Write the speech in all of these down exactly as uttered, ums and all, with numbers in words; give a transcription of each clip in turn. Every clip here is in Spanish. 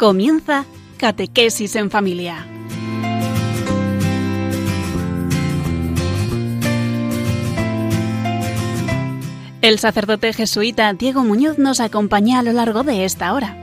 Comienza Catequesis en Familia. El sacerdote jesuita Diego Muñoz nos acompaña a lo largo de esta hora.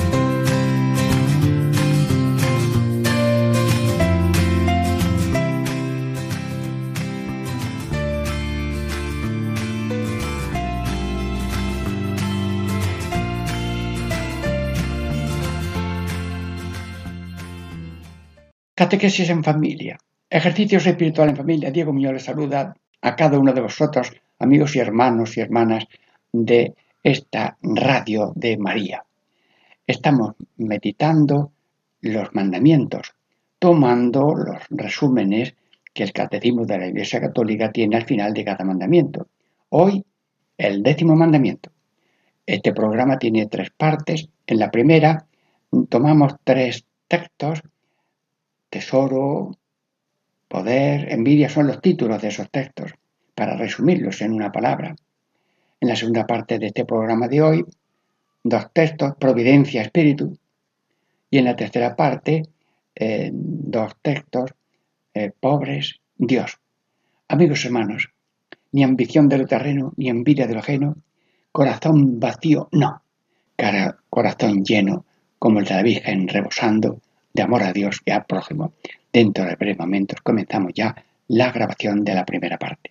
Catequesis en familia, ejercicios espirituales en familia. Diego Muñoz les saluda a cada uno de vosotros, amigos y hermanos y hermanas de esta radio de María. Estamos meditando los mandamientos, tomando los resúmenes que el Catecismo de la Iglesia Católica tiene al final de cada mandamiento. Hoy, el décimo mandamiento. Este programa tiene tres partes. En la primera, tomamos tres textos. Tesoro, poder, envidia son los títulos de esos textos, para resumirlos en una palabra. En la segunda parte de este programa de hoy, dos textos, providencia, espíritu. Y en la tercera parte, eh, dos textos, eh, pobres, Dios. Amigos hermanos, ni ambición de lo terreno, ni envidia de lo ajeno, corazón vacío, no, cara, corazón lleno, como el de la Virgen rebosando de amor a Dios y al prójimo. Dentro de breves momentos comenzamos ya la grabación de la primera parte.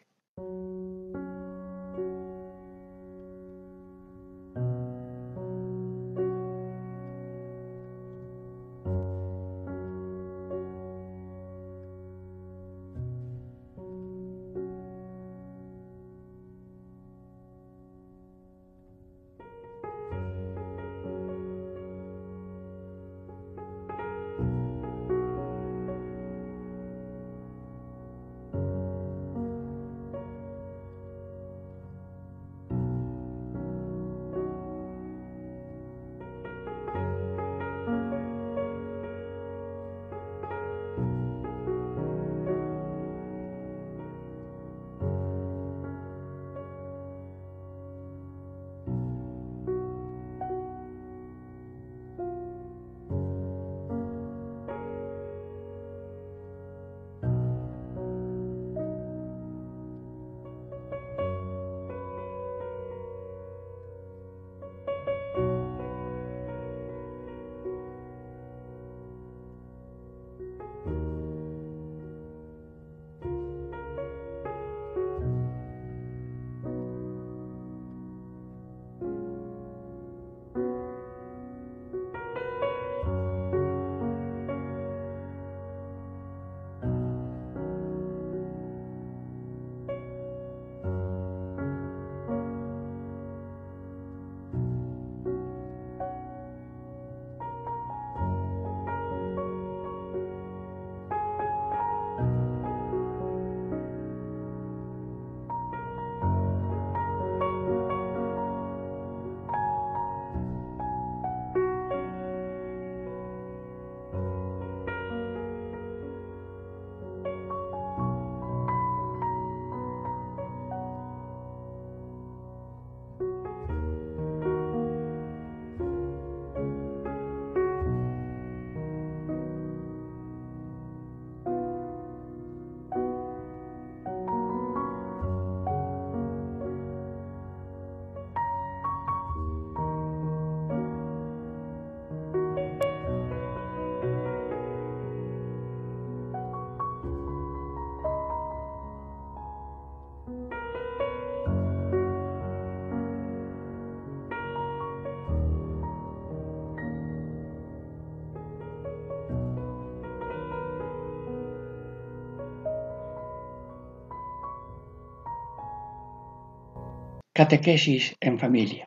Catequesis en familia.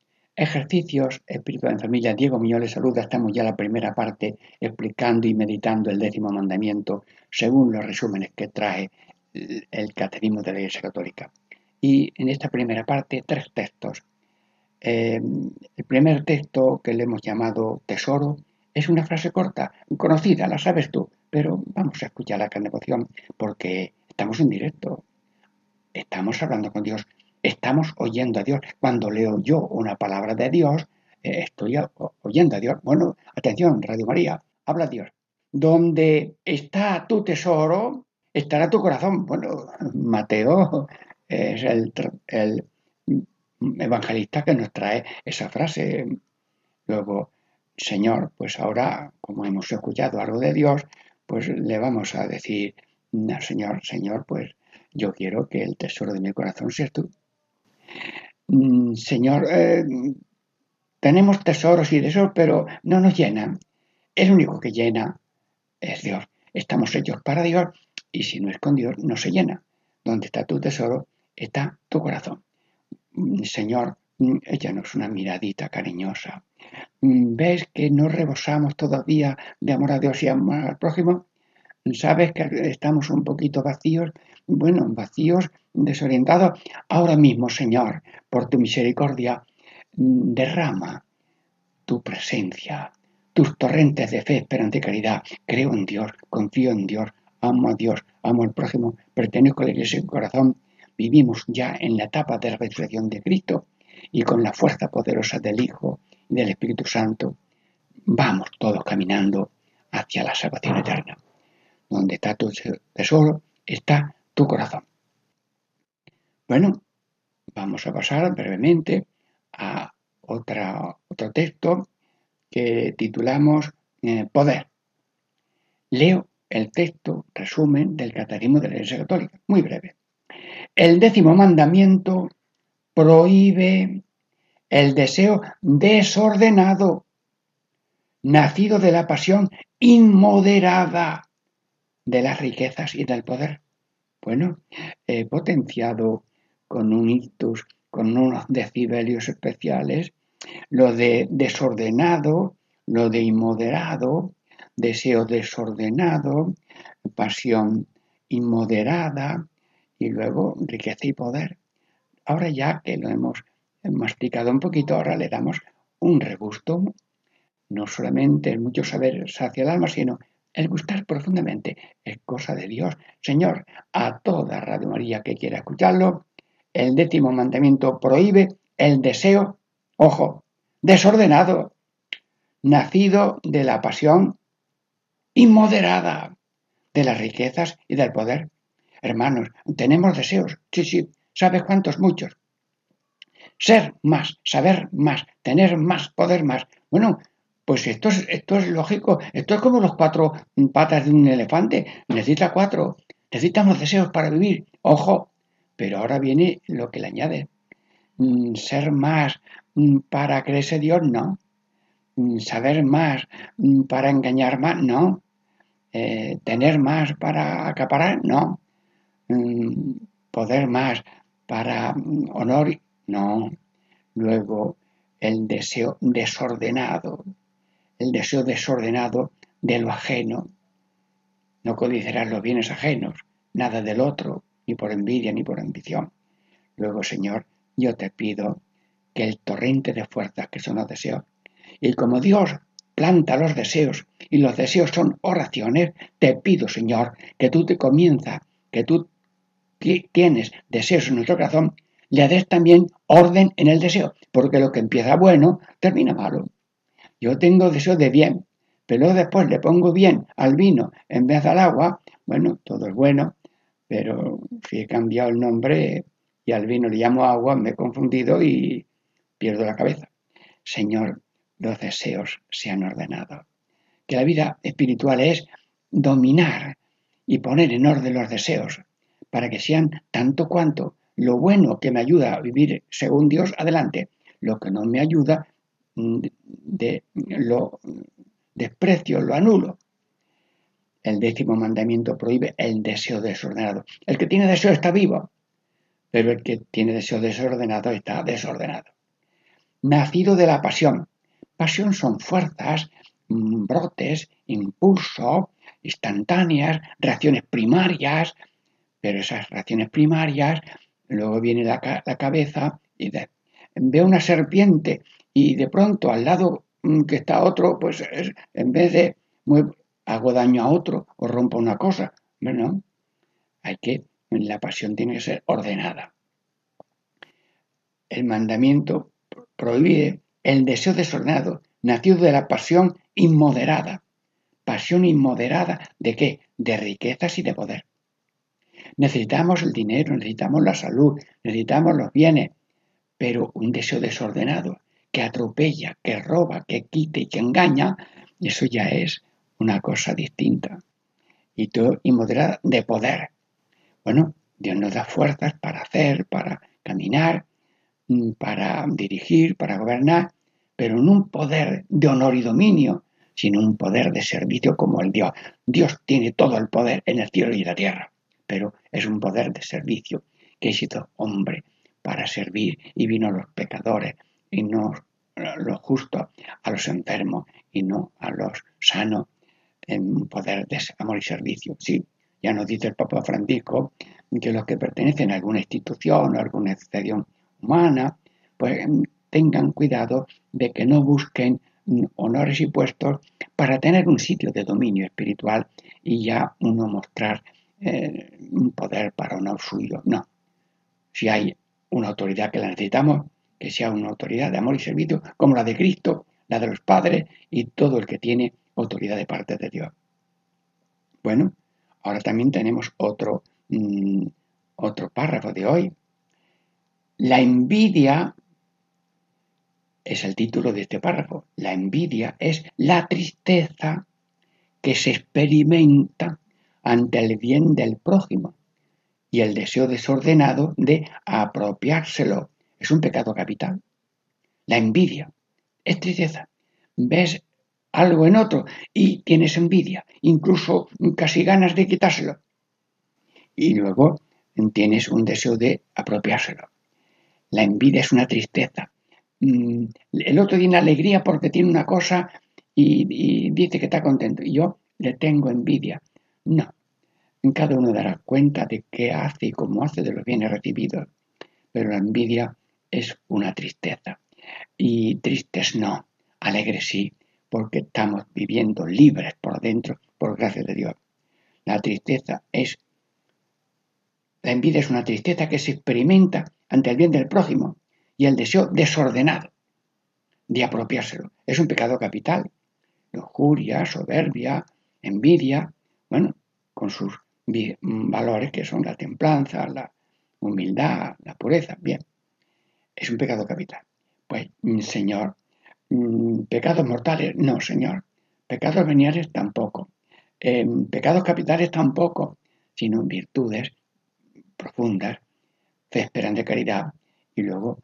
Ejercicios espirituales en familia. Diego Muñoz les saluda. Estamos ya en la primera parte explicando y meditando el décimo mandamiento según los resúmenes que trae el Catecismo de la Iglesia Católica. Y en esta primera parte, tres textos. Eh, el primer texto, que le hemos llamado tesoro, es una frase corta, conocida, la sabes tú, pero vamos a escucharla con devoción porque estamos en directo. Estamos hablando con Dios. Estamos oyendo a Dios. Cuando leo yo una palabra de Dios, eh, estoy oyendo a Dios. Bueno, atención, Radio María, habla Dios. Donde está tu tesoro, estará tu corazón. Bueno, Mateo es el, el evangelista que nos trae esa frase. Luego, Señor, pues ahora, como hemos escuchado algo de Dios, pues le vamos a decir, no, Señor, Señor, pues yo quiero que el tesoro de mi corazón seas tú. Mm, Señor, eh, tenemos tesoros y tesoros, pero no nos llenan. El único que llena es Dios. Estamos hechos para Dios y si no es con Dios, no se llena. Donde está tu tesoro, está tu corazón. Mm, Señor, mm, échanos una miradita cariñosa. Mm, ¿Ves que no rebosamos todavía de amor a Dios y amor al prójimo? ¿Sabes que estamos un poquito vacíos? Bueno, vacíos, desorientados. Ahora mismo, Señor, por tu misericordia, mm, derrama tu presencia, tus torrentes de fe, esperanza y caridad. Creo en Dios, confío en Dios, amo a Dios, amo al prójimo, pertenezco a la Iglesia de corazón. Vivimos ya en la etapa de la resurrección de Cristo y con la fuerza poderosa del Hijo y del Espíritu Santo, vamos todos caminando hacia la salvación eterna. Donde está tu tesoro, está tu corazón. Bueno, vamos a pasar brevemente a otra, otro texto que titulamos eh, Poder. Leo el texto, resumen, del Catecismo de la Iglesia Católica, muy breve. El décimo mandamiento prohíbe el deseo desordenado, nacido de la pasión inmoderada de las riquezas y del poder. Bueno, he potenciado con un ictus, con unos decibelios especiales, lo de desordenado, lo de inmoderado, deseo desordenado, pasión inmoderada y luego riqueza y poder. Ahora ya que lo hemos masticado un poquito, ahora le damos un regusto. No solamente el mucho saber sacia el alma, sino el gustar profundamente. Es cosa de Dios. Señor, a toda Radio María que quiera escucharlo, el décimo mandamiento prohíbe el deseo, ojo, desordenado, nacido de la pasión inmoderada de las riquezas y del poder. Hermanos, tenemos deseos, sí, sí, ¿sabes cuántos? Muchos. Ser más, saber más, tener más, poder más. Bueno, pues esto es, esto es lógico, esto es como los cuatro patas de un elefante, necesita cuatro, necesitamos deseos para vivir, ojo, pero ahora viene lo que le añade, mm, ser más mm, para creerse Dios, no, mm, saber más mm, para engañar más, no, eh, tener más para acaparar, no, mm, poder más para mm, honor, no, luego el deseo desordenado, el deseo desordenado de lo ajeno. No codiciarás los bienes ajenos, nada del otro, ni por envidia ni por ambición. Luego, Señor, yo te pido que el torrente de fuerzas que son los deseos, y como Dios planta los deseos, y los deseos son oraciones, te pido, Señor, que tú te comienzas, que tú tienes deseos en nuestro corazón, le des también orden en el deseo, porque lo que empieza bueno, termina malo. Yo tengo deseo de bien, pero después le pongo bien al vino en vez del agua, bueno, todo es bueno, pero si he cambiado el nombre y al vino le llamo agua, me he confundido y pierdo la cabeza. Señor, los deseos sean ordenados. Que la vida espiritual es dominar y poner en orden los deseos para que sean tanto cuanto lo bueno que me ayuda a vivir según Dios, adelante. Lo que no me ayuda, de, lo desprecio, lo anulo. El décimo mandamiento prohíbe el deseo desordenado. El que tiene deseo está vivo, pero el que tiene deseo desordenado está desordenado. Nacido de la pasión. Pasión son fuerzas, brotes, impulsos, instantáneas, reacciones primarias, pero esas reacciones primarias, luego viene la, la cabeza y de, ve una serpiente y de pronto al lado que está otro, pues es, en vez de mueve, hago daño a otro o rompo una cosa, bueno, hay que, la pasión tiene que ser ordenada. El mandamiento prohíbe el deseo desordenado, nacido de la pasión inmoderada. ¿Pasión inmoderada de qué? De riquezas y de poder. Necesitamos el dinero, necesitamos la salud, necesitamos los bienes, pero un deseo desordenado que atropella, que roba, que quita y que engaña, eso ya es una cosa distinta. Y todo inmoderada de poder. Bueno, Dios nos da fuerzas para hacer, para caminar, para dirigir, para gobernar, pero no un poder de honor y dominio, sino un poder de servicio como el Dios. Dios tiene todo el poder en el cielo y en la tierra, pero es un poder de servicio que ha sido hombre para servir y vino a los pecadores y no a los justos, a los enfermos y no a los sanos, en un poder de amor y servicio. Sí, ya nos dice el Papa Francisco que los que pertenecen a alguna institución o a alguna institución humana, pues tengan cuidado de que no busquen honores y puestos para tener un sitio de dominio espiritual y ya uno mostrar eh, un poder para honor suyo. No. Si hay una autoridad que la necesitamos, que sea una autoridad de amor y servicio como la de Cristo, la de los padres y todo el que tiene autoridad de parte de Dios. Bueno, ahora también tenemos otro, mmm, otro párrafo de hoy. La envidia es el título de este párrafo. La envidia es la tristeza que se experimenta ante el bien del prójimo y el deseo desordenado de apropiárselo. Es un pecado capital. La envidia es tristeza. Ves algo en otro y tienes envidia, incluso casi ganas de quitárselo. Y luego tienes un deseo de apropiárselo. La envidia es una tristeza. El otro tiene alegría porque tiene una cosa y, y dice que está contento. Y yo le tengo envidia. No. Cada uno dará cuenta de qué hace y cómo hace de los bienes recibidos. Pero la envidia es una tristeza. Y tristes no, alegres sí, porque estamos viviendo libres por dentro, por gracia de Dios. La tristeza es, la envidia es una tristeza que se experimenta ante el bien del prójimo y el deseo desordenado de apropiárselo. Es un pecado capital. Lujuria, soberbia, envidia, bueno, con sus valores que son la templanza, la humildad, la pureza, bien. Es un pecado capital. Pues, Señor, pecados mortales, no, Señor. Pecados veniales tampoco. Eh, pecados capitales tampoco, sino virtudes profundas, fe, esperanza, caridad, y luego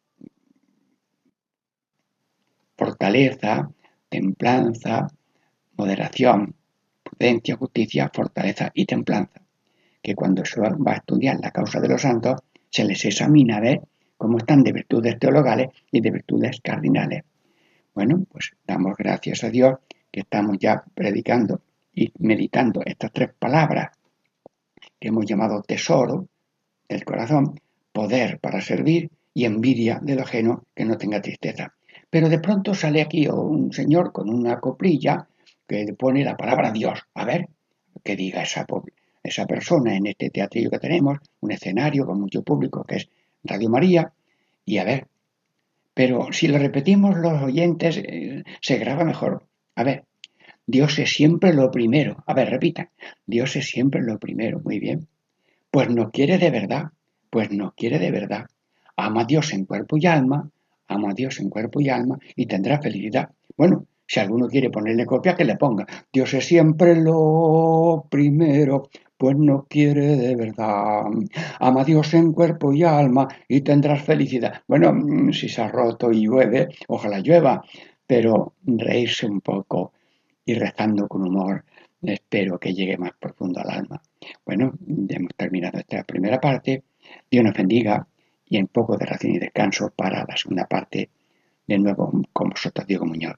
fortaleza, templanza, moderación, prudencia, justicia, fortaleza y templanza. Que cuando se va a estudiar la causa de los santos, se les examina a ver cómo están de virtudes teologales y de virtudes cardinales. Bueno, pues damos gracias a Dios que estamos ya predicando y meditando estas tres palabras que hemos llamado tesoro del corazón, poder para servir y envidia de lo ajeno que no tenga tristeza. Pero de pronto sale aquí un señor con una coplilla que pone la palabra Dios. A ver, que diga esa, esa persona en este teatrillo que tenemos, un escenario con mucho público que es Radio María, y a ver, pero si lo repetimos los oyentes eh, se graba mejor. A ver, Dios es siempre lo primero. A ver, repita, Dios es siempre lo primero, muy bien. Pues nos quiere de verdad, pues nos quiere de verdad. Ama a Dios en cuerpo y alma, ama a Dios en cuerpo y alma y tendrá felicidad. Bueno, si alguno quiere ponerle copia, que le ponga. Dios es siempre lo primero, pues nos quiere de verdad. Ama a Dios en cuerpo y alma y tendrás felicidad. Bueno, si se ha roto y llueve, ojalá llueva, pero reírse un poco y rezando con humor, espero que llegue más profundo al alma. Bueno, ya hemos terminado esta primera parte. Dios nos bendiga y en poco de oración y descanso para la segunda parte, de nuevo con vosotros, Diego Muñoz.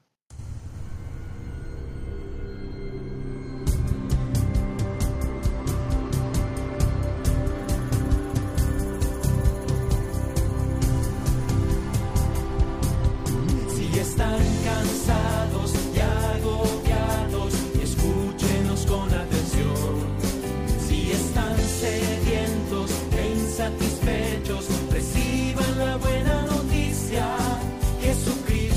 Están cansados y agobiados, escúchenos con atención. Si están sedientos e insatisfechos, reciban la buena noticia. Jesucristo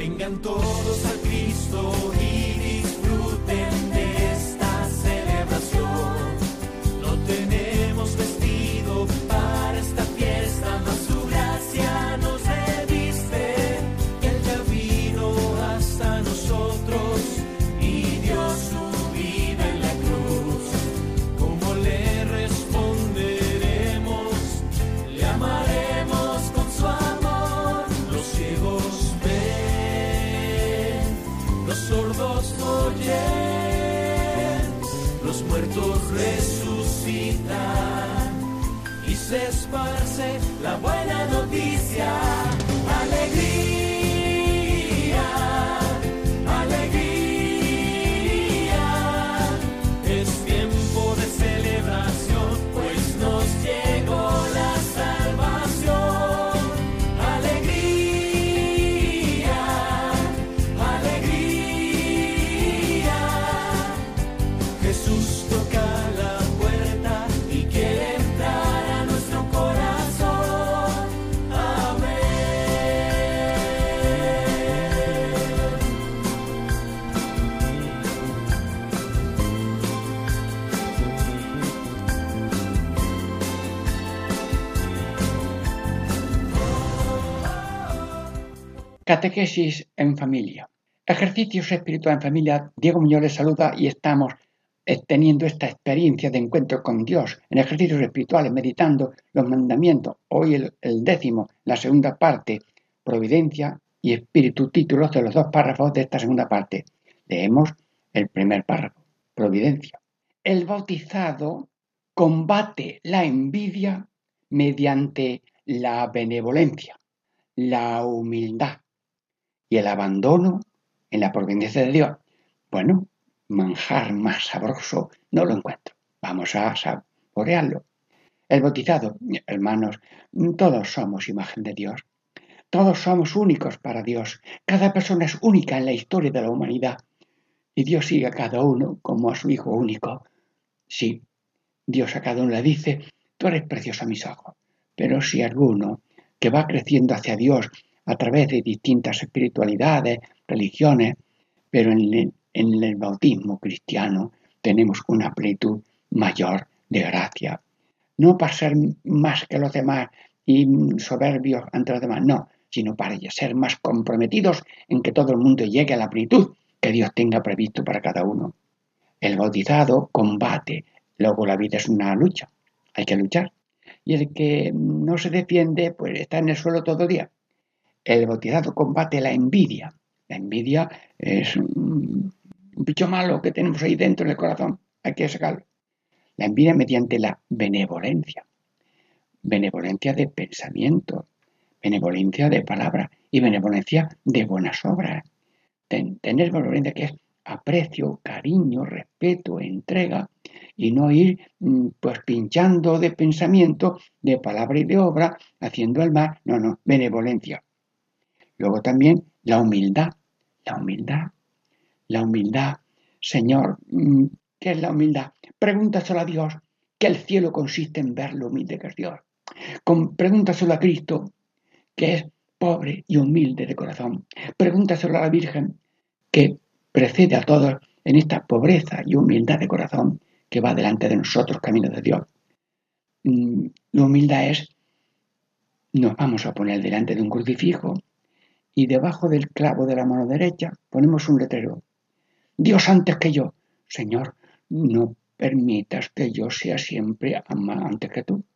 Vengan todos a Cristo y disfruten de esta celebración. No tenemos vestido para esta fiesta, mas su gracia nos reviste. Él ya vino hasta nosotros y dio su vida en la cruz. ¿Cómo le responderemos? Le amaremos con su amor. Los ciegos ven, los sordos oyen, los muertos resucitan y se esparce la buena noticia. Alegría, alegría, es tiempo de celebración, pues nos llegó la salvación. Alegría, alegría, Jesús toca la puerta y quiere entrar a nuestro corazón. Amén. Catequesis en familia. Ejercicios espirituales en familia. Diego Muñoz les saluda y estamos eh, teniendo esta experiencia de encuentro con Dios en ejercicios espirituales, meditando los mandamientos. Hoy el, el décimo, la segunda parte, providencia y espíritu, títulos de los dos párrafos de esta segunda parte. Leemos el primer párrafo, providencia. El bautizado combate la envidia mediante la benevolencia, la humildad y el abandono en la providencia de Dios. Bueno, manjar más sabroso no lo encuentro. Vamos a saborearlo. El bautizado, hermanos, todos somos imagen de Dios. Todos somos únicos para Dios. Cada persona es única en la historia de la humanidad. Y Dios sigue a cada uno como a su hijo único. Sí, Dios a cada uno le dice, tú eres precioso a mis ojos. Pero si alguno que va creciendo hacia Dios a través de distintas espiritualidades, religiones, pero en el, en el bautismo cristiano tenemos una plenitud mayor de gracia. No para ser más que los demás y soberbios ante los demás, no, sino para ser más comprometidos en que todo el mundo llegue a la plenitud que Dios tenga previsto para cada uno. El bautizado combate, luego la vida es una lucha, hay que luchar. Y el que no se defiende, pues está en el suelo todo el día. El bautizado combate la envidia. La envidia es un bicho malo que tenemos ahí dentro del corazón. Hay que sacarlo. La envidia mediante la benevolencia. Benevolencia de pensamiento, benevolencia de palabra y benevolencia de buenas obras. Ten, tener benevolencia que es aprecio, cariño, respeto, entrega y no ir pues pinchando de pensamiento, de palabra y de obra, haciendo el mal. No, no, benevolencia. Luego también la humildad, la humildad, la humildad. Señor, ¿qué es la humildad? Pregúntaselo a Dios, que el cielo consiste en ver lo humilde que es Dios. Con, pregúntaselo a Cristo, que es pobre y humilde de corazón. Pregúntaselo a la Virgen, que precede a todos en esta pobreza y humildad de corazón que va delante de nosotros, camino de Dios. La humildad es, nos vamos a poner delante de un crucifijo y debajo del clavo de la mano derecha ponemos un letrero. Dios antes que yo. Señor, no permitas que yo sea siempre antes que tú.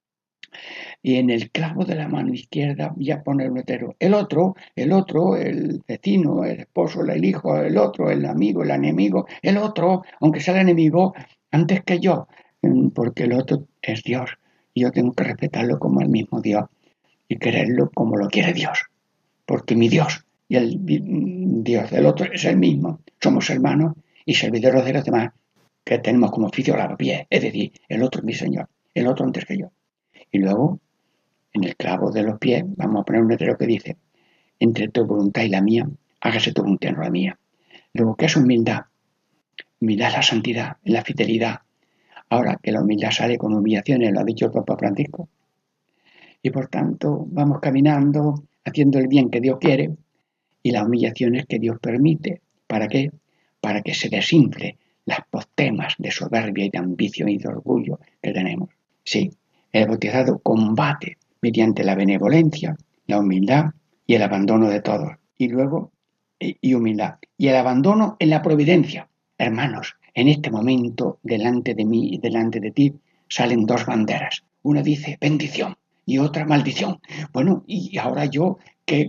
Y en el clavo de la mano izquierda ya pone un letrero. El otro, el otro, el vecino, el esposo, el hijo, el otro, el amigo, el enemigo, el otro, aunque sea el enemigo, antes que yo, porque el otro es Dios. Y yo tengo que respetarlo como el mismo Dios y quererlo como lo quiere Dios. Porque mi Dios y el Dios del otro es el mismo. Somos hermanos y servidores de los demás que tenemos como oficio lavapiés. Es decir, el otro es mi Señor, el otro antes que yo. Y luego, en el clavo de los pies, vamos a poner un letrero que dice, entre tu voluntad y la mía, hágase tu voluntad, no la mía. Luego, ¿qué es humildad? Humildad es la santidad, es la fidelidad. Ahora que la humildad sale con humillaciones, lo ha dicho el Papa Francisco. Y por tanto, vamos caminando, haciendo el bien que Dios quiere, y las humillaciones que Dios permite. ¿Para qué? Para que se desinfle las postemas de soberbia y de ambición y de orgullo que tenemos. Sí, el bautizado combate mediante la benevolencia, la humildad y el abandono de todos. Y luego, y humildad. Y el abandono en la providencia. Hermanos, en este momento, delante de mí y delante de ti, salen dos banderas. Una dice bendición y otra maldición. Bueno, y ahora yo, ¿qué,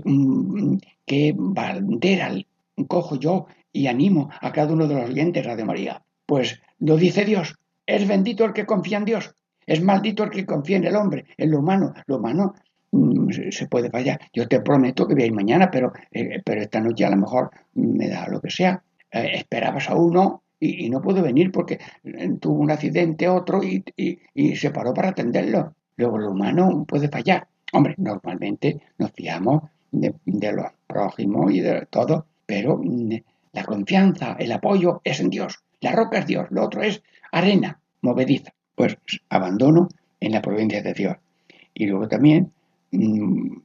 qué bandera cojo yo y animo a cada uno de los oyentes de Radio María? Pues lo dice Dios. Es bendito el que confía en Dios. Es maldito el que confía en el hombre, en lo humano. Lo humano mmm, se puede fallar. Yo te prometo que voy a ir mañana, pero, eh, pero esta noche a lo mejor me da lo que sea. Eh, esperabas a uno y, y no pudo venir porque tuvo un accidente otro y, y, y se paró para atenderlo. Luego lo humano puede fallar. Hombre, normalmente nos fiamos de, de los prójimos y de todo, pero mmm, la confianza, el apoyo es en Dios. La roca es Dios, lo otro es arena movediza. Pues abandono en la providencia de Dios. Y luego también mmm,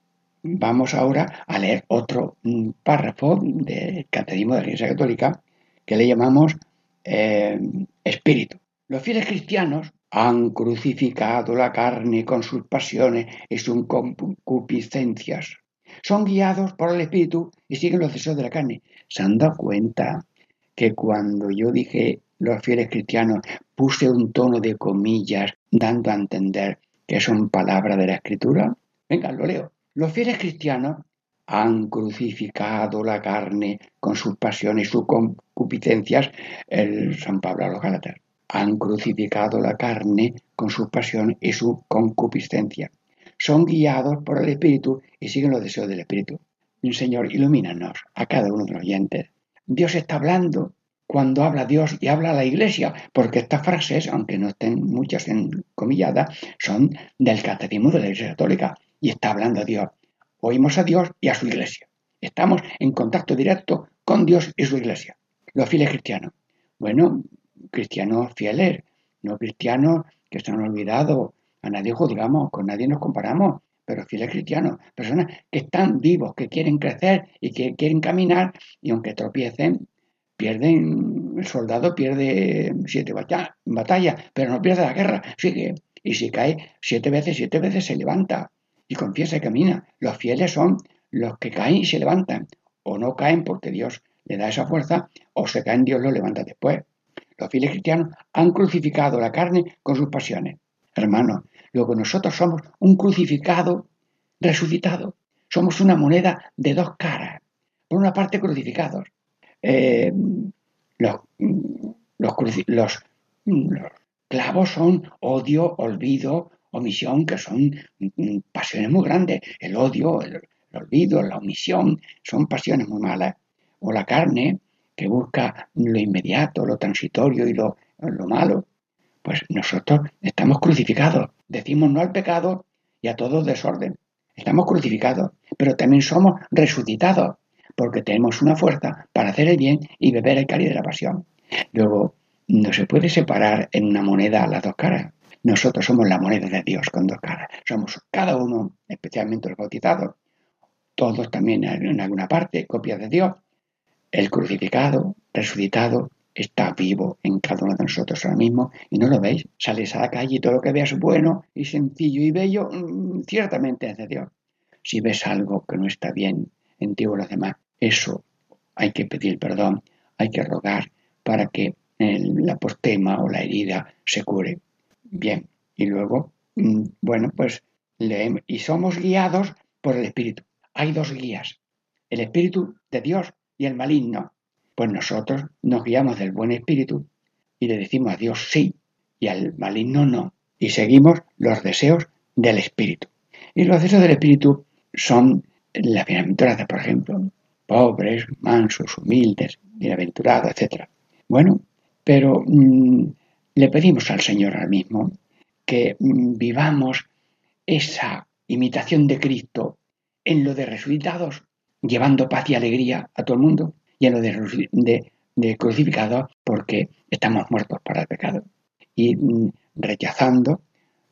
vamos ahora a leer otro mmm, párrafo del Catecismo de la Iglesia Católica que le llamamos eh, espíritu. Los fieles cristianos han crucificado la carne con sus pasiones y sus concupiscencias. Son guiados por el espíritu y siguen los deseos de la carne. ¿Se han dado cuenta que cuando yo dije los fieles cristianos puse un tono de comillas dando a entender que son palabras de la Escritura? Venga, lo leo. Los fieles cristianos han crucificado la carne con sus pasiones y sus concupiscencias, el San Pablo a los Gálatas. Han crucificado la carne con sus pasiones y sus concupiscencias. Son guiados por el Espíritu y siguen los deseos del Espíritu. Señor, ilumínanos a cada uno de los oyentes. Dios está hablando cuando habla Dios y habla a la Iglesia, porque estas frases, aunque no estén muchas encomilladas, son del Catecismo de la Iglesia Católica y está hablando a Dios. Oímos a Dios y a su Iglesia. Estamos en contacto directo con Dios y su Iglesia. Los fieles cristianos. Bueno, cristianos fieles, no cristianos que se han olvidado. A nadie juzgamos, con nadie nos comparamos, pero fieles cristianos, personas que están vivos, que quieren crecer y que quieren caminar y aunque tropiecen, pierden, el soldado pierde siete batallas, pero no pierde la guerra, sigue. Y si cae siete veces, siete veces se levanta y confiesa y camina. Los fieles son los que caen y se levantan, o no caen porque Dios le da esa fuerza, o se caen, Dios los levanta después. Los fieles cristianos han crucificado la carne con sus pasiones. Hermanos, luego nosotros somos un crucificado resucitado. Somos una moneda de dos caras. Por una parte, crucificados. Eh, los, los, los, los clavos son odio, olvido, omisión, que son pasiones muy grandes. El odio, el, el olvido, la omisión, son pasiones muy malas. O la carne, que busca lo inmediato, lo transitorio y lo, lo malo. Pues nosotros estamos crucificados. Decimos no al pecado y a todo desorden. Estamos crucificados, pero también somos resucitados, porque tenemos una fuerza para hacer el bien y beber el cáliz de la pasión. Luego, no se puede separar en una moneda las dos caras. Nosotros somos la moneda de Dios con dos caras. Somos cada uno, especialmente los bautizados, todos también en alguna parte, copias de Dios. El crucificado, resucitado, está vivo en cada uno de nosotros ahora mismo y no lo veis. Sales a la calle y todo lo que veas bueno y sencillo y bello, ciertamente es de Dios. Si ves algo que no está bien en ti o los demás, eso hay que pedir perdón, hay que rogar para que el, la postema o la herida se cure. Bien, y luego, bueno, pues leemos y somos guiados por el Espíritu. Hay dos guías, el Espíritu de Dios y el maligno. Pues nosotros nos guiamos del buen espíritu y le decimos a Dios sí y al maligno no. Y seguimos los deseos del espíritu. Y los deseos del espíritu son las bienaventuradas, por ejemplo, pobres, mansos, humildes, bienaventurados, etcétera. Bueno, pero mmm, le pedimos al Señor ahora mismo que mmm, vivamos esa imitación de Cristo en lo de resucitados, llevando paz y alegría a todo el mundo. Y en lo de, de, de crucificado porque estamos muertos para el pecado y mm, rechazando,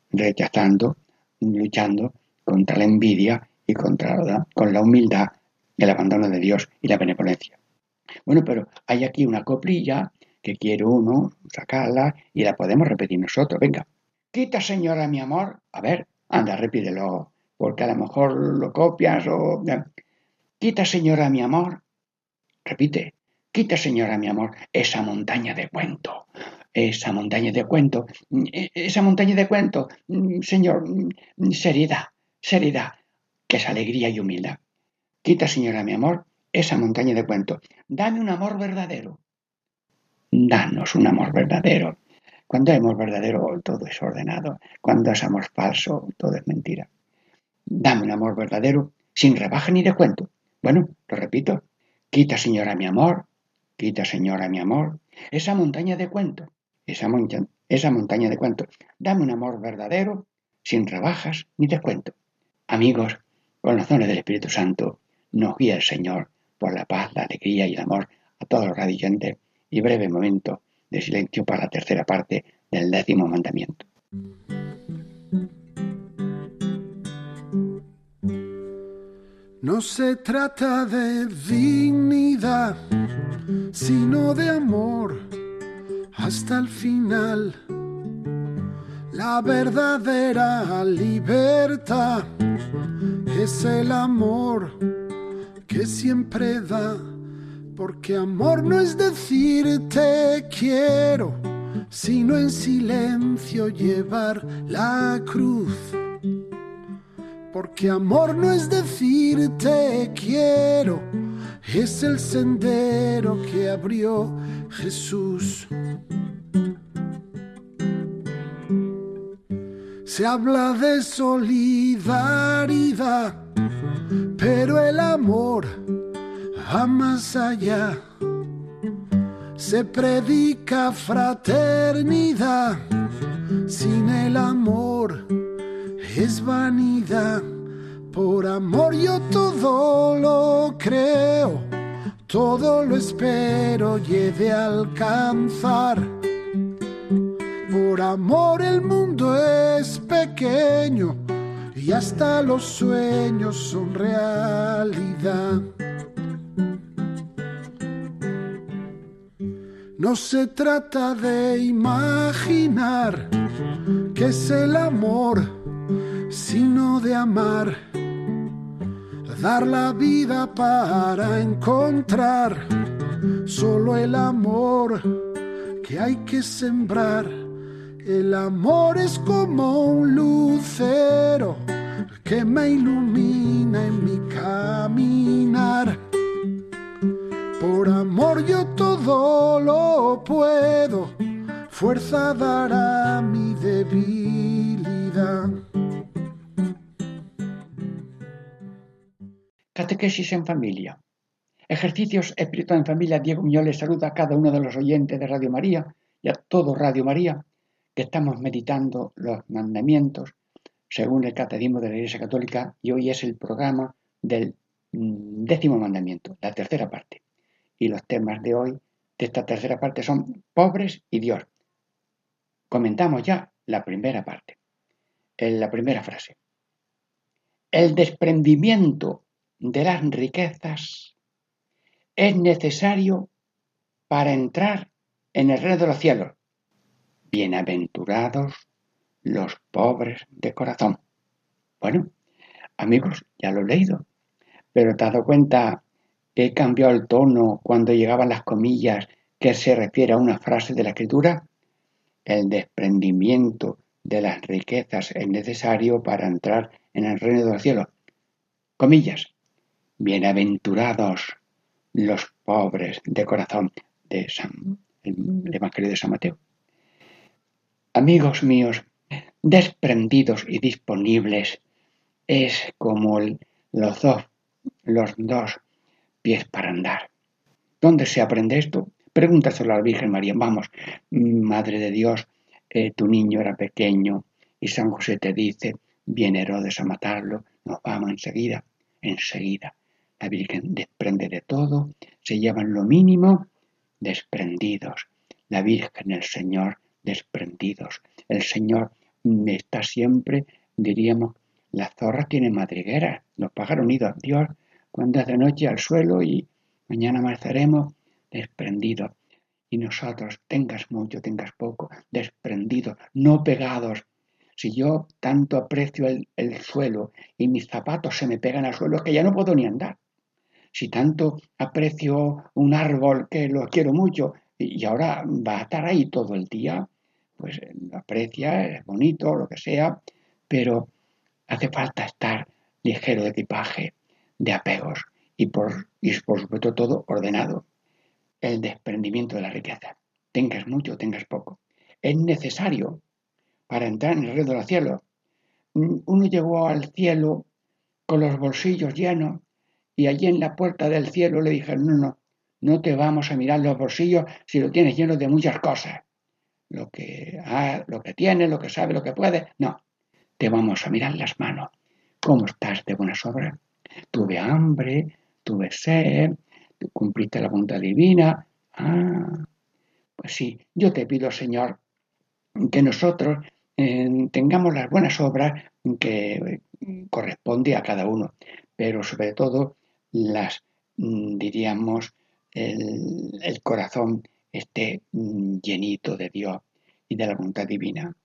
rechazando, luchando contra la envidia y contra la, con la humildad el abandono de Dios y la benevolencia. Bueno, pero hay aquí una coplilla que quiere uno sacarla y la podemos repetir nosotros. Venga, quita, señora, mi amor. A ver, anda, repítelo, porque a lo mejor lo copias o... Quita, señora, mi amor. Repite, quita, señora, mi amor, esa montaña de cuento. Esa montaña de cuento. Esa montaña de cuento. Señor, seriedad, seriedad, que es alegría y humildad. Quita, señora, mi amor, esa montaña de cuento. Dame un amor verdadero. Danos un amor verdadero. Cuando hay amor verdadero, todo es ordenado. Cuando es amor falso, todo es mentira. Dame un amor verdadero, sin rebaja ni descuento. Bueno, lo repito. Quita, señora, mi amor. Quita, señora, mi amor. Esa montaña de cuento. Esa, monta- esa montaña de cuento. Dame un amor verdadero, sin rebajas ni descuento. Amigos, con los dones del Espíritu Santo, nos guía el Señor por la paz, la alegría y el amor a todos los radioyentes y breve momento de silencio para la tercera parte del décimo mandamiento. No se trata de dignidad, sino de amor hasta el final. La verdadera libertad es el amor que siempre da, porque amor no es decir te quiero, sino en silencio llevar la cruz. Porque amor no es decir te quiero, es el sendero que abrió Jesús. Se habla de solidaridad, pero el amor va más allá. Se predica fraternidad, sin el amor es vanidad. Por amor yo todo lo creo, todo lo espero y he de alcanzar. Por amor el mundo es pequeño y hasta los sueños son realidad. No se trata de imaginar qué es el amor, sino de amar, dar la vida para encontrar solo el amor que hay que sembrar. El amor es como un lucero que me ilumina en mi caminar. Por amor yo todo lo puedo, fuerza dará mi debilidad. Catequesis en familia. Ejercicios espirituales en familia. Diego Muñoz les saluda a cada uno de los oyentes de Radio María y a todo Radio María, que estamos meditando los mandamientos según el Catecismo de la Iglesia Católica, y hoy es el programa del décimo mandamiento, la tercera parte. Y los temas de hoy, de esta tercera parte, son pobres y Dios. Comentamos ya la primera parte, en la primera frase. El desprendimiento de las riquezas es necesario para entrar en el reino de los cielos. Bienaventurados los pobres de corazón. Bueno, amigos, ya lo he leído, pero ¿te has dado cuenta que cambió el tono cuando llegaban las comillas que se refiere a una frase de la Escritura? El desprendimiento de las riquezas es necesario para entrar en el reino de los cielos. Comillas. Bienaventurados los pobres de corazón, de San, el Evangelio de San Mateo. Amigos míos, desprendidos y disponibles es como el, los, dos, los dos pies para andar. ¿Dónde se aprende esto? Pregúntaselo a la Virgen María. Vamos, Madre de Dios, eh, tu niño era pequeño y San José te dice, viene Herodes a matarlo, nos vamos enseguida, enseguida. La Virgen desprende de todo, se llevan lo mínimo, desprendidos. La Virgen, el Señor, desprendidos. El Señor está siempre, diríamos, la zorra tiene madriguera, los pájaros unidos. Dios cuando es de noche al suelo y mañana amaneceremos desprendidos. Y nosotros, tengas mucho, tengas poco, desprendidos, no pegados. Si yo tanto aprecio el, el suelo y mis zapatos se me pegan al suelo, es que ya no puedo ni andar. Si tanto aprecio un árbol que lo quiero mucho y ahora va a estar ahí todo el día, pues lo aprecia, es bonito, lo que sea, pero hace falta estar ligero de equipaje, de apegos y por, y por supuesto todo ordenado. El desprendimiento de la riqueza. Tengas mucho, tengas poco. Es necesario para entrar en el reino de los cielos. Uno llegó al cielo con los bolsillos llenos y allí en la puerta del cielo le dijeron, no, no, no te vamos a mirar los bolsillos si lo tienes lleno de muchas cosas. Lo que, ah, lo que tienes, lo que sabes, lo que puedes, no. Te vamos a mirar las manos. ¿Cómo estás de buenas obras? Tuve hambre, tuve sed, cumpliste la voluntad divina. Ah, pues sí, yo te pido, Señor, que nosotros eh, tengamos las buenas obras que eh, corresponde a cada uno, pero sobre todo las, mm, diríamos, el, el corazón esté mm, llenito de Dios y de la voluntad divina.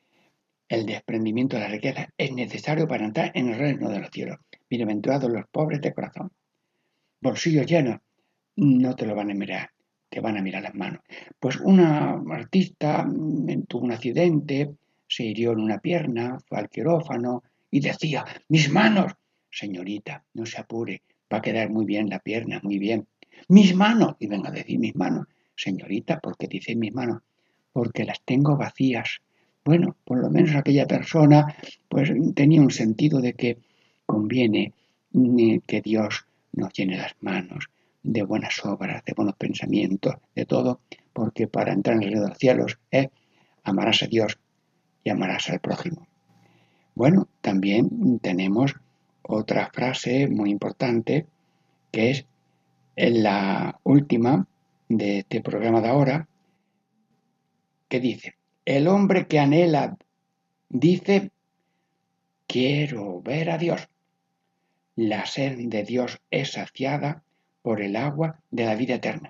El desprendimiento de la riqueza es necesario para entrar en el reino de los cielos. Bienaventurados los pobres de corazón. Bolsillos llenos, no te lo van a mirar, te van a mirar las manos. Pues una artista tuvo un accidente, se hirió en una pierna, fue al quirófano y decía, mis manos, señorita, no se apure, va a quedar muy bien la pierna, muy bien. Mis manos, y venga a decir mis manos, señorita, ¿por qué dice mis manos? Porque las tengo vacías. Bueno, por lo menos aquella persona pues tenía un sentido de que conviene que Dios nos llene las manos de buenas obras, de buenos pensamientos, de todo, porque para entrar en el reino de los cielos es amarás a Dios y amarás al prójimo. Bueno, también tenemos otra frase muy importante que es la última de este programa de ahora, que dice, el hombre que anhela dice, quiero ver a Dios. La sed de Dios es saciada por el agua de la vida eterna.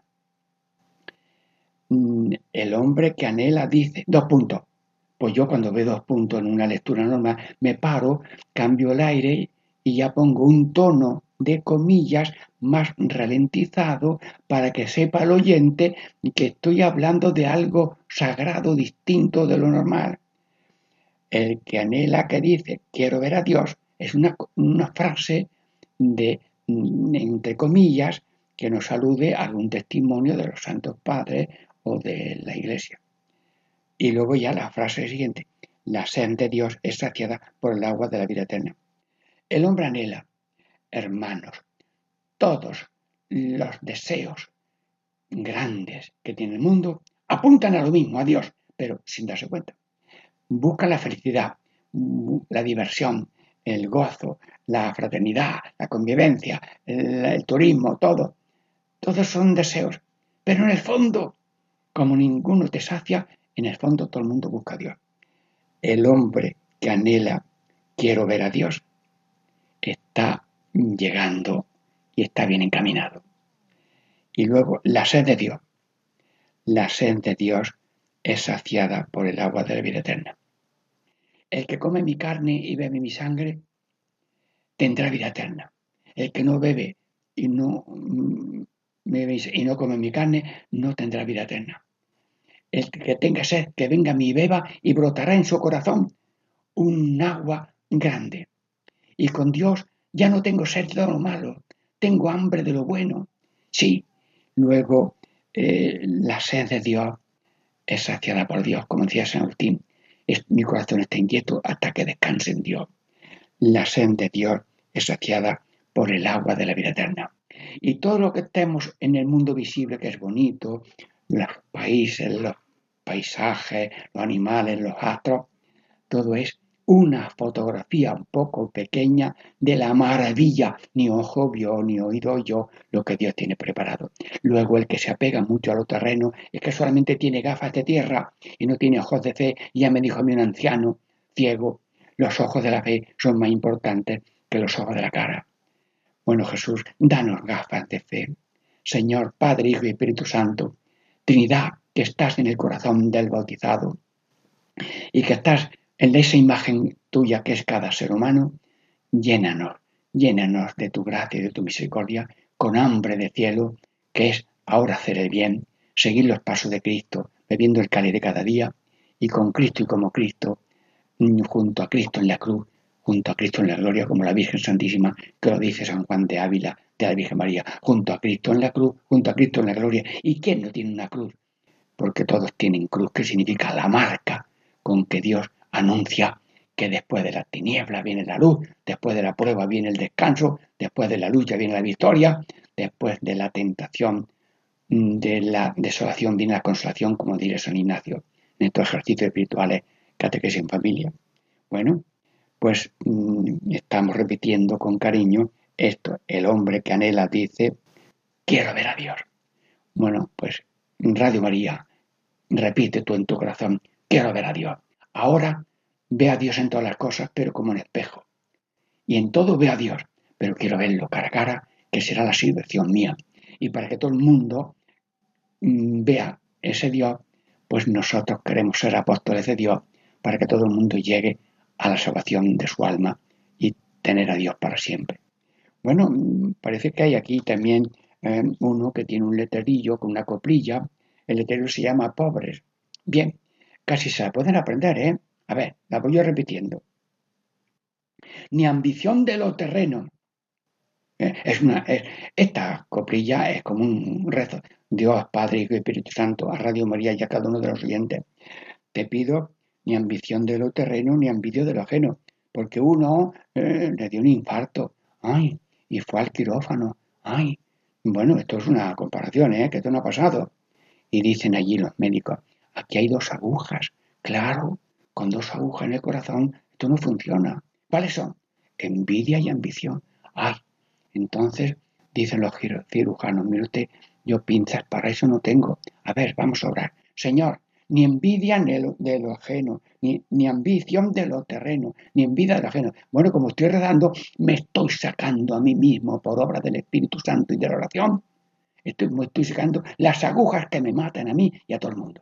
El hombre que anhela dice, dos puntos. Pues yo cuando veo dos puntos en una lectura normal, me paro, cambio el aire y ya pongo un tono de comillas más ralentizado para que sepa el oyente que estoy hablando de algo sagrado, distinto de lo normal. El que anhela, que dice, quiero ver a Dios, es una, una frase de, entre comillas, que nos alude a algún testimonio de los santos padres o de la iglesia. Y luego ya la frase siguiente, la sed de Dios es saciada por el agua de la vida eterna. El hombre anhela, hermanos, todos los deseos grandes que tiene el mundo apuntan a lo mismo, a Dios, pero sin darse cuenta. Busca la felicidad, la diversión, el gozo, la fraternidad, la convivencia, el, el turismo, todo. Todos son deseos, pero en el fondo, como ninguno te sacia, en el fondo todo el mundo busca a Dios. El hombre que anhela, quiero ver a Dios, está llegando y está bien encaminado. Y luego la sed de Dios. La sed de Dios es saciada por el agua de la vida eterna. El que come mi carne y bebe mi sangre tendrá vida eterna. El que no bebe y no, bebe y no come mi carne no tendrá vida eterna. El que tenga sed, que venga a mí y beba y brotará en su corazón un agua grande. Y con Dios ya no tengo sed de lo malo, tengo hambre de lo bueno. Sí, luego eh, la sed de Dios es saciada por Dios, como decía San Agustín. Es, mi corazón está inquieto hasta que descanse en Dios. La sed de Dios es saciada por el agua de la vida eterna. Y todo lo que estemos en el mundo visible, que es bonito, los países, los paisajes, los animales, los astros, todo es una fotografía un poco pequeña de la maravilla. Ni ojo vio, ni oído oyó lo que Dios tiene preparado. Luego el que se apega mucho a lo terreno es que solamente tiene gafas de tierra y no tiene ojos de fe. Y ya me dijo a mí un anciano ciego, los ojos de la fe son más importantes que los ojos de la cara. Bueno, Jesús, danos gafas de fe. Señor, Padre, Hijo y Espíritu Santo, Trinidad que estás en el corazón del bautizado y que estás en esa imagen tuya que es cada ser humano, llénanos, llénanos de tu gracia y de tu misericordia con hambre de cielo, que es ahora hacer el bien, seguir los pasos de Cristo, bebiendo el cáliz de cada día, y con Cristo y como Cristo, junto a Cristo en la cruz, junto a Cristo en la gloria, como la Virgen Santísima, que lo dice San Juan de Ávila, de la Virgen María, junto a Cristo en la cruz, junto a Cristo en la gloria. ¿Y quién no tiene una cruz? Porque todos tienen cruz, que significa la marca con que Dios anuncia que después de la tiniebla viene la luz, después de la prueba viene el descanso, después de la lucha viene la victoria, después de la tentación, de la desolación viene la consolación, como diría San Ignacio en estos ejercicios espirituales, catequesis en familia. Bueno, pues mmm, estamos repitiendo con cariño esto. El hombre que anhela dice, quiero ver a Dios. Bueno, pues Radio María, repite tú en tu corazón, quiero ver a Dios. Ahora ve a Dios en todas las cosas, pero como en espejo. Y en todo ve a Dios, pero quiero verlo cara a cara, que será la salvación mía. Y para que todo el mundo mmm, vea ese Dios, pues nosotros queremos ser apóstoles de Dios, para que todo el mundo llegue a la salvación de su alma y tener a Dios para siempre. Bueno, parece que hay aquí también eh, uno que tiene un letrerillo con una coplilla. El letrero se llama Pobres. Bien, casi se la pueden aprender, ¿eh? A ver, la voy yo repitiendo. Ni ambición de lo terreno. ¿Eh? Es una, es, esta coplilla es como un rezo. Dios, Padre, Hijo y Espíritu Santo, a Radio María y a cada uno de los oyentes. Te pido ni ambición de lo terreno, ni ambición de lo ajeno. Porque uno eh, le dio un infarto. ¡Ay! Y fue al quirófano. ¡Ay! Bueno, esto es una comparación, ¿eh? Que esto no ha pasado. Y dicen allí los médicos, aquí hay dos agujas. Claro, con dos agujas en el corazón esto no funciona. ¿Cuáles son? Envidia y ambición. ¡Ay! Entonces, dicen los cirujanos, mire usted, yo pinzas para eso no tengo. A ver, vamos a orar. Señor, ni envidia de lo, de lo ajeno, ni, ni ambición de lo terreno, ni envidia de lo ajeno. Bueno, como estoy rezando, me estoy sacando a mí mismo por obra del Espíritu Santo y de la oración. Estoy, me estoy sacando las agujas que me matan a mí y a todo el mundo.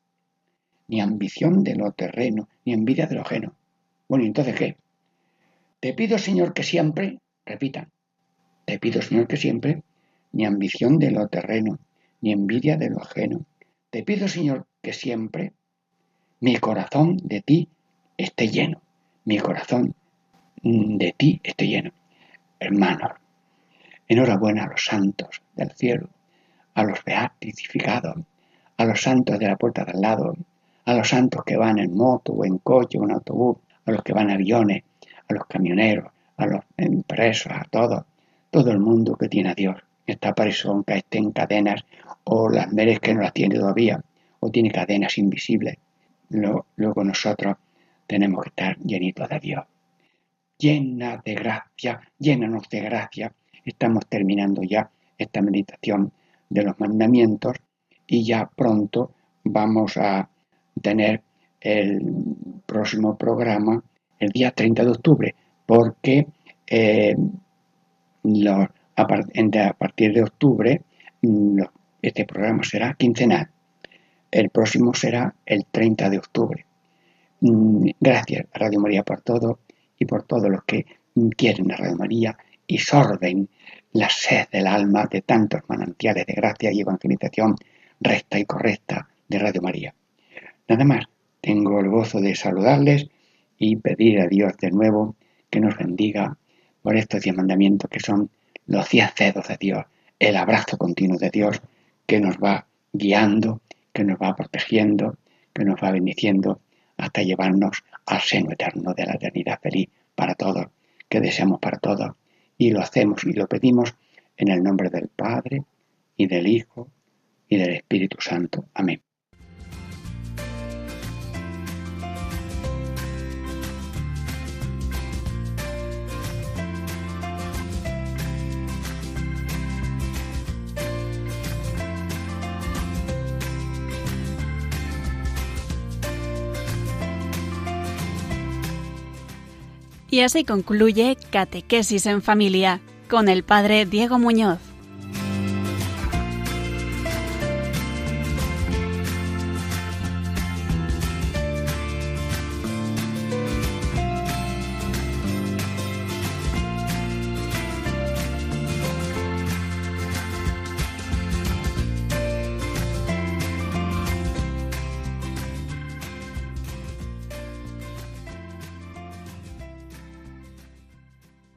Ni ambición de lo terreno, ni envidia de lo ajeno. Bueno, ¿y entonces qué? Te pido, Señor, que siempre, repitan, te pido, Señor, que siempre, ni ambición de lo terreno, ni envidia de lo ajeno. Te pido, Señor, que siempre mi corazón de ti esté lleno. Mi corazón de ti esté lleno. Hermanos, enhorabuena a los santos del cielo, a los beatificados, a los santos de la puerta de al lado, a los santos que van en moto o en coche o en autobús, a los que van en aviones, a los camioneros, a los presos, a todos, todo el mundo que tiene a Dios. Está preso aunque esté en cadenas o las merece que no las tiene todavía o tiene cadenas invisibles. Luego nosotros tenemos que estar llenitos de Dios. Llena de gracia, llénanos de gracia. Estamos terminando ya esta meditación de los mandamientos y ya pronto vamos a tener el próximo programa el día treinta de octubre, porque eh, los, a, par, a partir de octubre los, este programa será quincenal. El próximo será el treinta de octubre. Gracias a Radio María por todo y por todos los que quieren a Radio María y sorben la sed del alma de tantos manantiales de gracia y evangelización recta y correcta de Radio María. Nada más, tengo el gozo de saludarles y pedir a Dios de nuevo que nos bendiga por estos diez mandamientos que son los diez dedos de Dios, el abrazo continuo de Dios que nos va guiando, que nos va protegiendo, que nos va bendiciendo hasta llevarnos al seno eterno de la eternidad feliz para todos, que deseamos para todos, y lo hacemos y lo pedimos en el nombre del Padre, y del Hijo, y del Espíritu Santo. Amén. Y así concluye Catequesis en Familia, con el Padre Diego Muñoz.